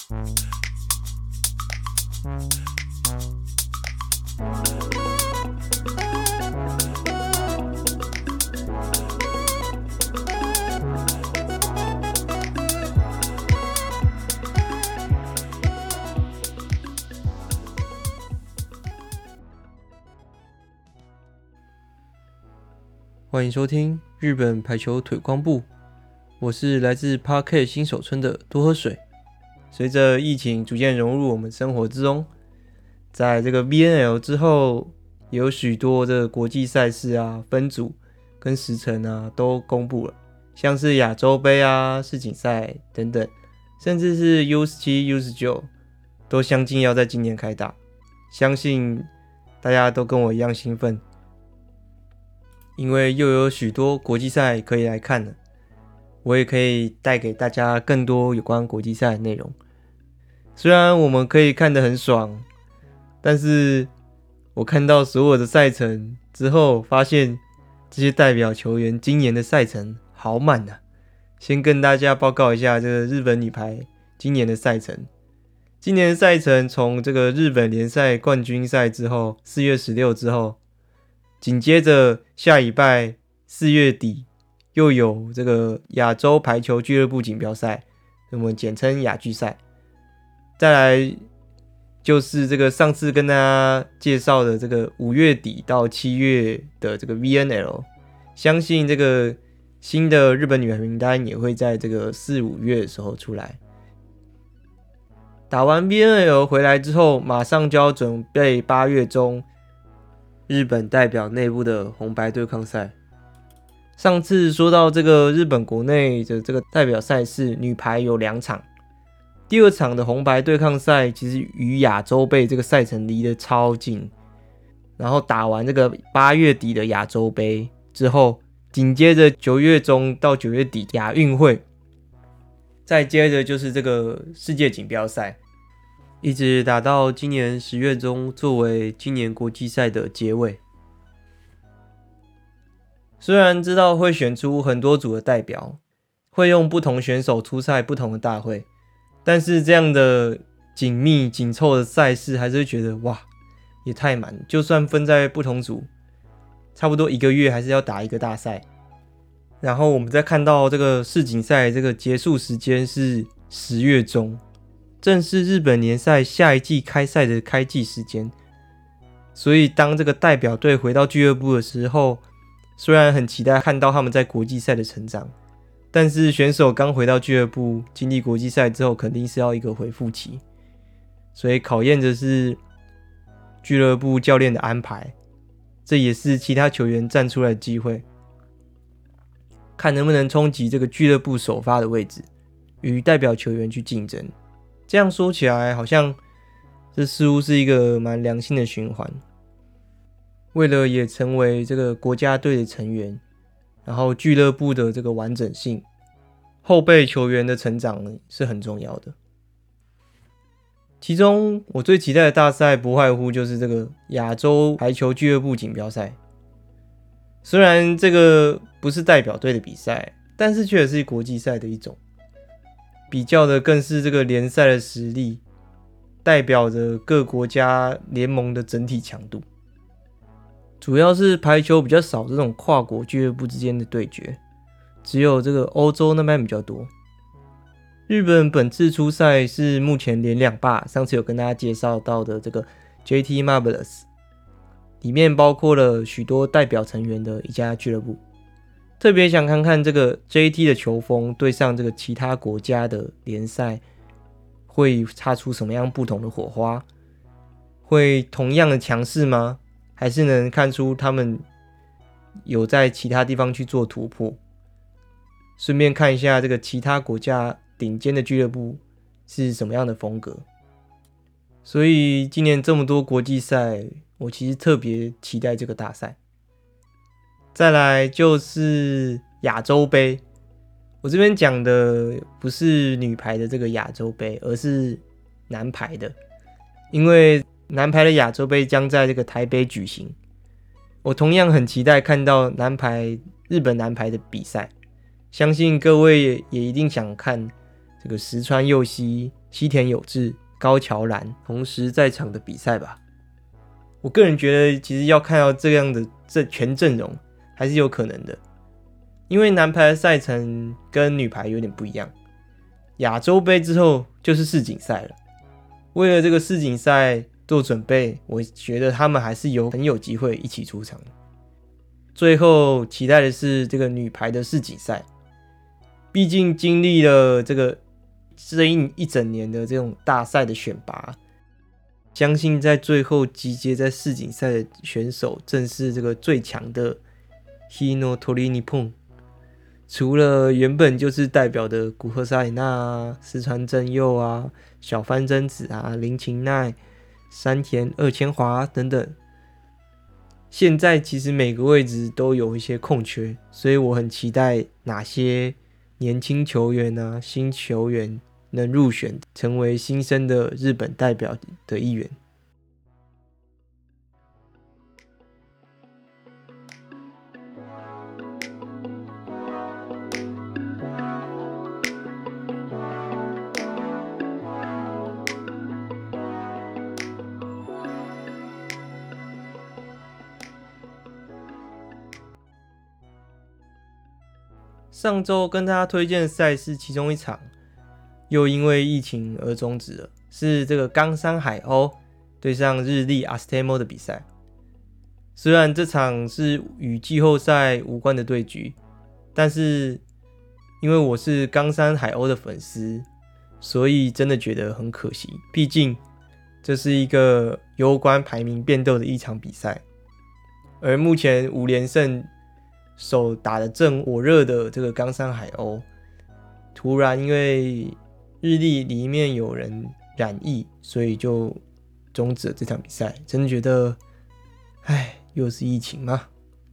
欢迎收听日本排球腿光部，我是来自 Park 新手村的多喝水。随着疫情逐渐融入我们生活之中，在这个 VNL 之后，也有许多的国际赛事啊、分组跟时程啊都公布了，像是亚洲杯啊、世锦赛等等，甚至是 U17、U19 都相继要在今年开打。相信大家都跟我一样兴奋，因为又有许多国际赛可以来看了，我也可以带给大家更多有关国际赛的内容。虽然我们可以看得很爽，但是我看到所有的赛程之后，发现这些代表球员今年的赛程好满啊。先跟大家报告一下这个日本女排今年的赛程。今年的赛程从这个日本联赛冠军赛之后，4月16之后，紧接着下礼拜4月底又有这个亚洲排球俱乐部锦标赛，我们简称亚俱赛。再来就是这个上次跟大家介绍的这个5月底到7月的这个 VNL， 相信这个新的日本女排名单也会在这个4、5月的时候出来。打完 VNL 回来之后，马上就要准备8月中日本代表内部的红白对抗赛。上次说到这个日本国内的这个代表赛事，女排有2场。第2场的红白对抗赛其实与亚洲杯这个赛程离得超近，然后打完这个8月底的亚洲杯之后，紧接着9月中到9月底亚运会，再接着就是这个世界锦标赛，一直打到今年10月中，作为今年国际赛的结尾。虽然知道会选出很多组的代表，会用不同选手出赛不同的大会，但是这样的紧密紧凑的赛事，还是会觉得哇，也太满。就算分在不同组，差不多1个月还是要打一个大赛。然后我们再看到这个世锦赛这个结束时间是10月中，正是日本联赛下一季开赛的开季时间。所以当这个代表队回到俱乐部的时候，虽然很期待看到他们在国际赛的成长，但是选手刚回到俱乐部经历国际赛之后，肯定是要一个恢复期，所以考验的是俱乐部教练的安排，这也是其他球员站出来的机会，看能不能冲击这个俱乐部首发的位置，与代表球员去竞争。这样说起来，好像这似乎是一个蛮良性的循环。为了也成为这个国家队的成员，然后俱乐部的这个完整性，后备球员的成长是很重要的。其中我最期待的大赛不外乎就是这个亚洲排球俱乐部锦标赛。虽然这个不是代表队的比赛，但是却是国际赛的一种，比较的更是这个联赛的实力，代表着各国家联盟的整体强度。主要是排球比较少这种跨国俱乐部之间的对决，只有这个欧洲那边比较多。日本本次出赛是目前连2霸，上次有跟大家介绍到的这个 JT Marvelous， 里面包括了许多代表成员的一家俱乐部。特别想看看这个 JT 的球风对上这个其他国家的联赛，会擦出什么样不同的火花？会同样的强势吗？还是能看出他们有在其他地方去做突破？顺便看一下这个其他国家顶尖的俱乐部是什么样的风格。所以今年这么多国际赛，我其实特别期待这个大赛。再来就是亚洲杯，我这边讲的不是女排的这个亚洲杯，而是男排的，因为男排的亚洲杯将在这个台北举行。我同样很期待看到日本男排的比赛，相信各位也一定想看这个石川佑希西田有志、高桥兰同时在场的比赛吧。我个人觉得，其实要看到这样的全阵容还是有可能的，因为男排的赛程跟女排有点不一样。亚洲杯之后就是世锦赛了，为了这个世锦赛做准备，我觉得他们还是很有机会一起出场。最后期待的是这个女排的世锦赛，毕竟经历了这一整年的这种大赛的选拔，相信在最后集结在世锦赛的选手正是这个最强的 Hinotori Nippon。除了原本就是代表的古贺紗理那啊、石川真佑啊、小幡真子啊、林琴奈、山田二千华等等，现在其实每个位置都有一些空缺，所以我很期待哪些年轻球员啊、新球员能入选，成为新生的日本代表的一员。上周跟大家推荐的赛事其中一场又因为疫情而终止了，是这个冈山海鸥对上日立 Astemo 的比赛。虽然这场是与季后赛无关的对局，但是因为我是冈山海鸥的粉丝，所以真的觉得很可惜。毕竟这是一个攸关排名变动的一场比赛，而目前5连胜手打得正火热的这个冈山海鸥，突然因为日立里面有人染疫，所以就终止了这场比赛。真的觉得，又是疫情吗？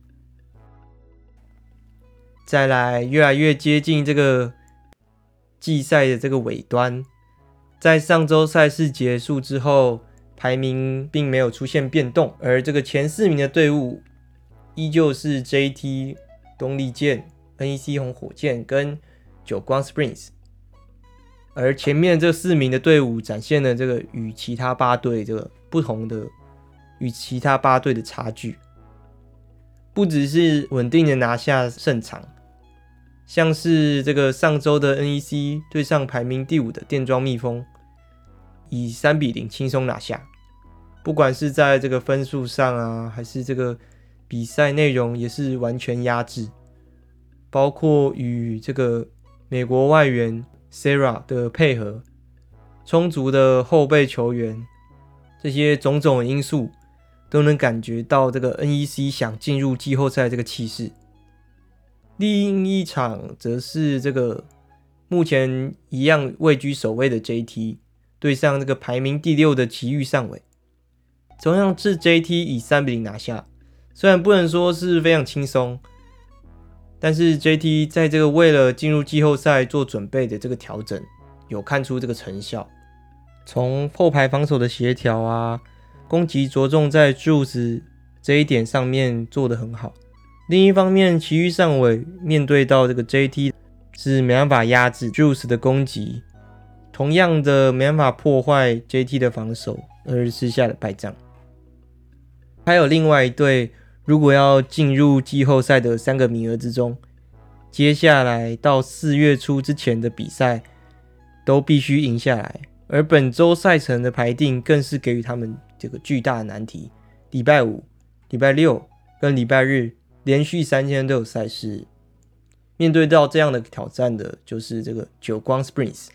再来，越来越接近这个季赛的这个尾端，在上周赛事结束之后，排名并没有出现变动，而这个前4名的队伍依旧是 JT 东丽箭、NEC 红火箭跟久光 Springs， 而前面这4名的队伍展现了这个与其他8队这个不同的，与其他8队的差距，不只是稳定的拿下胜场，像是这个上周的 NEC 对上排名第5的电装蜜蜂，以3-0轻松拿下。不管是在这个分数上啊，还是这个比赛内容也是完全压制，包括与这个美国外援 Sarah 的配合，充足的后备球员，这些种种因素都能感觉到这个 NEC 想进入季后赛这个气势。另一场则是这个目前一样位居首位的 JT 对上这个排名第6的崎玉上尾，同样是 JT 以3-0拿下。虽然不能说是非常轻松，但是 JT 在这个为了进入季后赛做准备的这个调整，有看出这个成效。从后排防守的协调啊，攻击着重在 Juice 这一点上面做得很好。另一方面，崎玉上尾面对到这个 JT 是没办法压制 Juice 的攻击，同样的没办法破坏 JT 的防守，而吃下了败仗。还有另外一队，如果要进入季后赛的3个名额之中，接下来到4月初之前的比赛都必须赢下来，而本周赛程的排定更是给予他们这个巨大的难题。礼拜5、礼拜6跟礼拜日连续3天都有赛事，面对到这样的挑战的就是这个久光 Springs。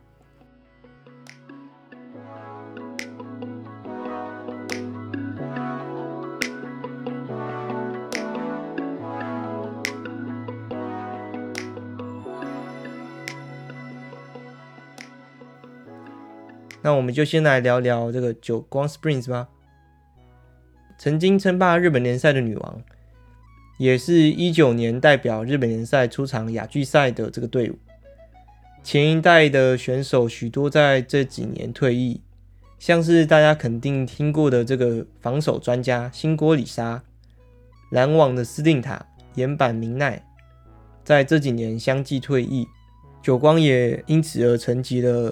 那我们就先来聊聊这个久光 Springs 吧。曾经称霸日本联赛的女王，也是19年代表日本联赛出场亚俱赛的这个队伍。前一代的选手许多在这几年退役，像是大家肯定听过的这个防守专家新锅里沙、篮网的司令塔岩坂明奈，在这几年相继退役。久光也因此而沉寂了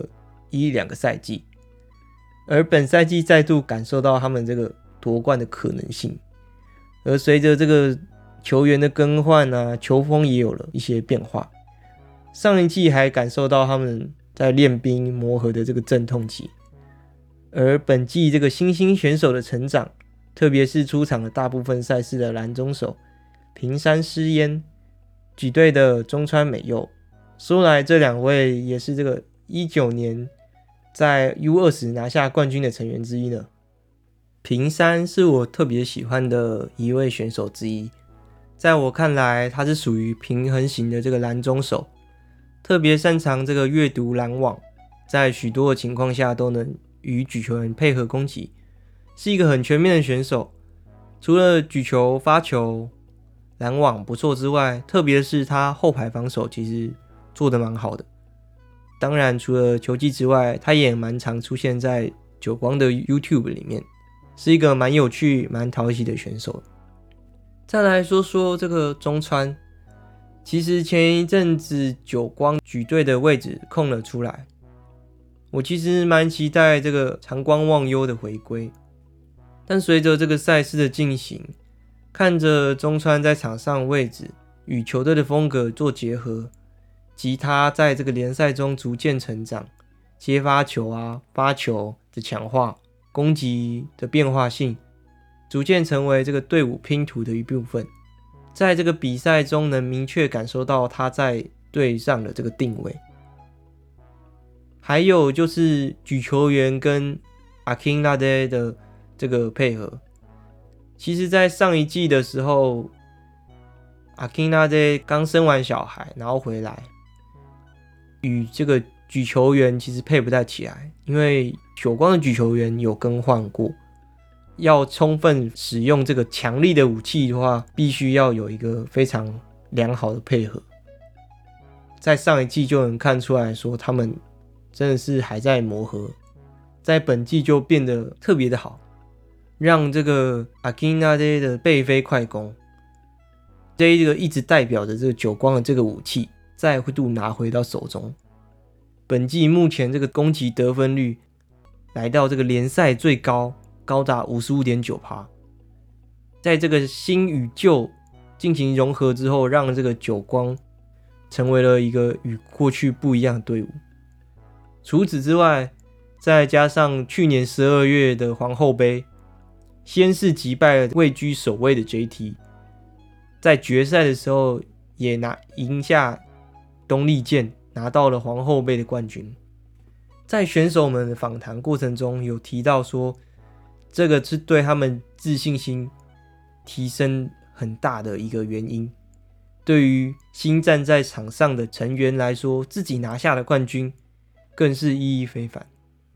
1-2个赛季，而本赛季再度感受到他们这个夺冠的可能性。而随着这个球员的更换啊，球风也有了一些变化。上一季还感受到他们在练兵磨合的这个阵痛期，而本季这个新兴选手的成长，特别是出场了大部分赛事的蓝中手平山诗嫣，举队的中川美佑，说来这两位也是这个19年在 U20 拿下冠军的成员之一呢。平山是我特别喜欢的一位选手之一，在我看来他是属于平衡型的这个蓝中手，特别擅长这个阅读拦网，在许多的情况下都能与举球员配合攻击，是一个很全面的选手。除了举球、发球、拦网不错之外，特别是他后排防守其实做得蛮好的。当然除了球技之外，他也蛮常出现在久光的 YouTube 里面，是一个蛮有趣蛮讨喜的选手。再来说说这个中川，其实前一阵子久光举队的位置空了出来，我其实蛮期待这个长光忘忧的回归，但随着这个赛事的进行，看着中川在场上位置与球队的风格做结合，及他在这个联赛中逐渐成长，接发球啊、发球的强化、攻击的变化性，逐渐成为这个队伍拼图的一部分。在这个比赛中能明确感受到他在队上的这个定位。还有就是举球员跟阿金拉德的这个配合，其实在上一季的时候，阿金拉德刚生完小孩然后回来，与这个举球员其实配不太起来，因为久光的举球员有更换过，要充分使用这个强力的武器的话，必须要有一个非常良好的配合。在上一季就能看出来说他们真的是还在磨合，在本季就变得特别的好，让这个阿金纳德的背飞快攻这一个一直代表着这个久光的这个武器再度拿回到手中。本季目前这个攻击得分率来到这个联赛最高达 55.9%， 在这个新与旧进行融合之后，让这个久光成为了一个与过去不一样的队伍。除此之外，再加上去年12月的皇后杯，先是击败了位居首位的 JT， 在决赛的时候也赢下东丽健，拿到了皇后杯的冠军。在选手们的访谈过程中有提到说，这个是对他们自信心提升很大的一个原因。对于新站在场上的成员来说，自己拿下的冠军更是意义非凡。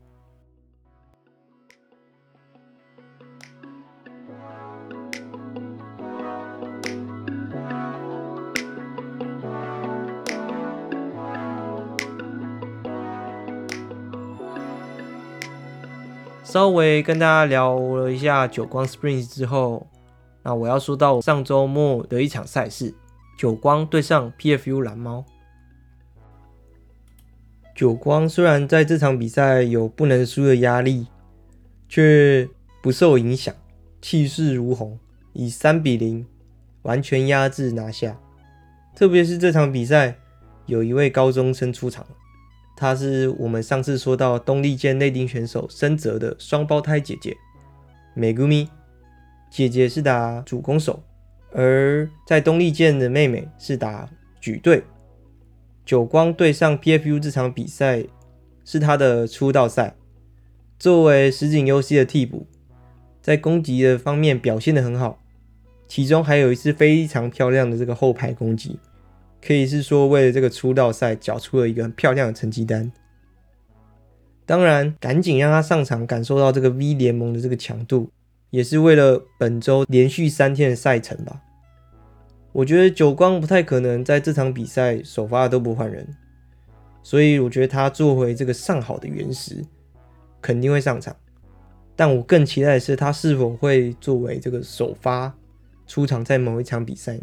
稍微跟大家聊了一下久光 Springs 之后，那我要说到上周末的一场赛事，久光对上 PFU 蓝猫。久光虽然在这场比赛有不能输的压力，却不受影响，气势如虹，以3-0完全压制拿下。特别是这场比赛有一位高中生出场了，她是我们上次说到东丽健内定选手深泽的双胞胎姐姐美谷咪。姐姐是打主攻手，而在东丽健的妹妹是打举队。久光对上 PFU 这场比赛是他的出道赛，作为石井优希的替补，在攻击的方面表现得很好，其中还有一次非常漂亮的这个后排攻击，可以是说为了这个出道赛缴出了一个很漂亮的成绩单。当然赶紧让他上场感受到这个 V 联盟的这个强度，也是为了本周连续3天的赛程吧。我觉得久光不太可能在这场比赛首发都不换人，所以我觉得他作为这个上好的原石肯定会上场，但我更期待的是他是否会作为这个首发出场在某一场比赛呢？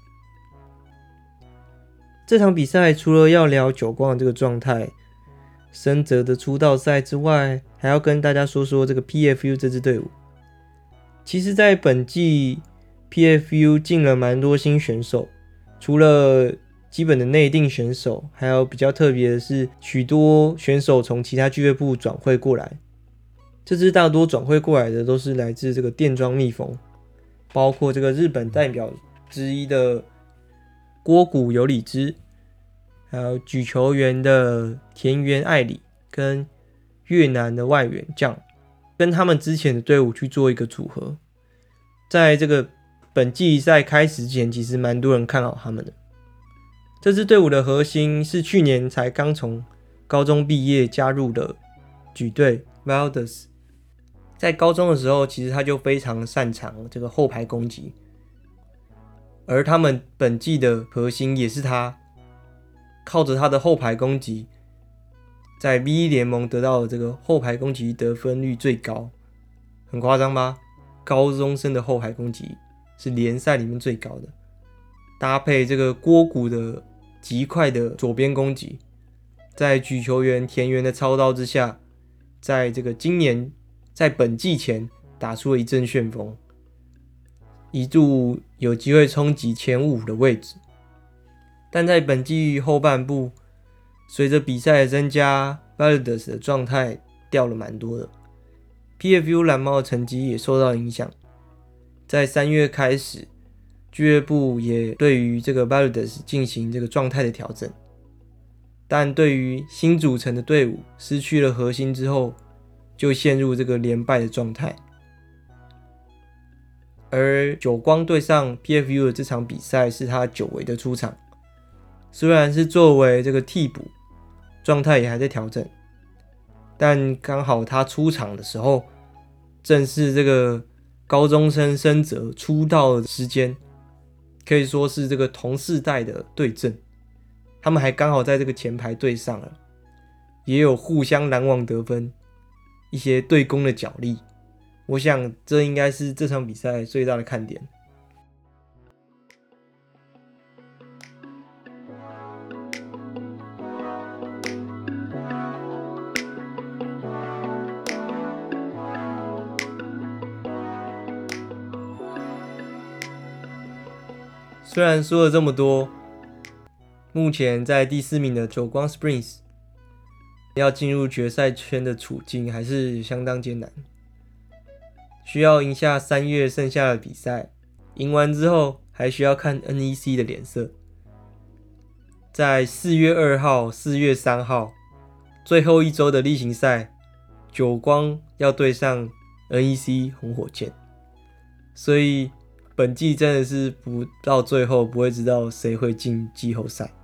这场比赛除了要聊久光的这个状态， 深泽的出道赛之外，还要跟大家说说这个 PFU 这支队伍。其实在本季 PFU 进了蛮多新选手，除了基本的内定选手，还有比较特别的是许多选手从其他俱乐部转会过来。这支大多转会过来的都是来自这个电装蜜蜂，包括这个日本代表之一的郭谷有里之，还有举球员的田园爱里跟越南的外援将，跟他们之前的队伍去做一个组合。在这个本季赛开始前，其实蛮多人看好他们的。这支队伍的核心是去年才刚从高中毕业加入的举队 Valdez。在高中的时候，其实他就非常擅长这个后排攻击，而他们本季的核心也是他，靠着他的后排攻击，在 V1 联盟得到的这个后排攻击得分率最高，很夸张吧？高中生的后排攻击是联赛里面最高的，搭配这个郭谷的极快的左边攻击，在举球员田园的操刀之下，在这个今年在本季前打出了一阵旋风，一度有机会冲击前5的位置。但在本季后半部，随着比赛的增加 Valdez 的状态掉了蛮多的， PFU 蓝猫的成绩也受到影响。在3月开始，俱乐部也对于这个 Valdez 进行这个状态的调整，但对于新组成的队伍失去了核心之后，就陷入这个连败的状态。而久光对上 PFU 的这场比赛是他久违的出场，虽然是作为这个替补，状态也还在调整，但刚好他出场的时候，正是这个高中生深泽出道的时间，可以说是这个同世代的对阵，他们还刚好在这个前排对上了，也有互相拦网得分，一些对攻的角力，我想这应该是这场比赛最大的看点。虽然说了这么多，目前在第4名的久光 Springs 要进入决赛圈的处境还是相当艰难，需要赢下3月剩下的比赛，赢完之后还需要看 NEC 的脸色。在4月2号、4月3号最后一周的例行赛，久光要对上 NEC 红火箭，所以本季真的是不到最后不会知道谁会进季后赛。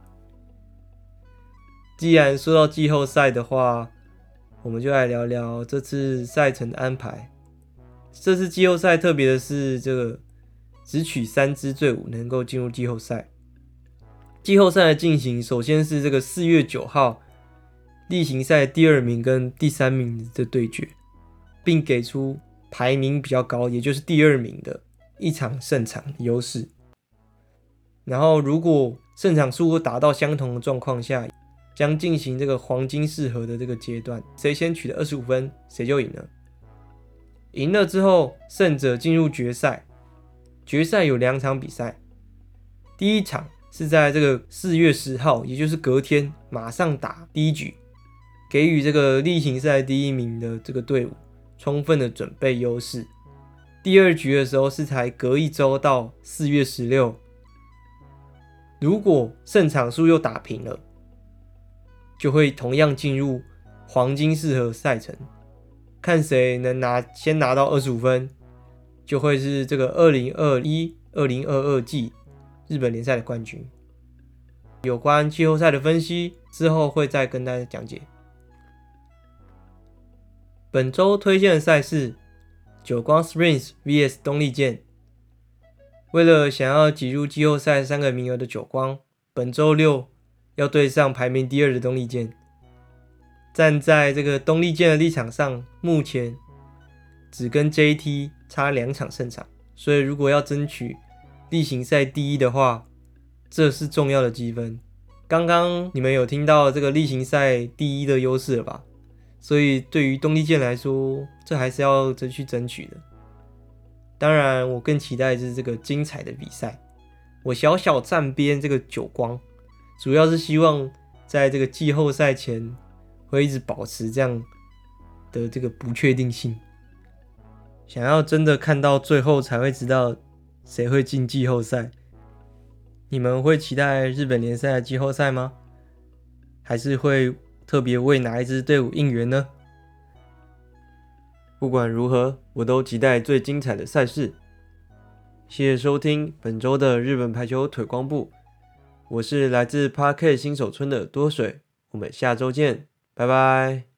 既然说到季后赛的话，我们就来聊聊这次赛程的安排。这次季后赛特别的是，这个只取3支队伍能够进入季后赛。季后赛的进行，首先是这个4月9号例行赛第2名跟第3名的对决，并给出排名比较高，也就是第2名的一场胜场的优势。然后如果胜场数达到相同的状况下，将进行这个黄金适合的这个阶段，谁先取得25分谁就赢了。赢了之后，胜者进入决赛。决赛有2场比赛，第一场是在这个4月10号，也就是隔天马上打第一局，给予这个例行赛第1名的这个队伍充分的准备优势。第2局的时候是才隔1周到4月16，如果胜场数又打平了，就会同样进入黄金适合赛程，看谁能先拿到25分，就会是这个2021-2022季日本联赛的冠军。有关季后赛的分析之后会再跟大家讲解。本周推荐的赛事，久光 Springs vs 东丽箭。为了想要挤入季后赛3个名额的久光，本周6要对上排名第2的东丽箭。站在这个东丽箭的立场上，目前只跟 JT 差2场胜场，所以如果要争取例行赛第1的话，这是重要的积分。 刚刚你们有听到这个例行赛第一的优势了吧？所以对于东丽健来说，这还是要去争取的。当然，我更期待的是这个精彩的比赛。我小小站边这个久光，主要是希望在这个季后赛前会一直保持这样的这个不确定性。想要真的看到最后才会知道谁会进季后赛。你们会期待日本联赛的季后赛吗？还是会特别为哪一支队伍应援呢？不管如何，我都期待最精彩的赛事。谢谢收听本周的日本排球腿光部，我是来自 Park 新手村的多水，我们下周见，拜拜。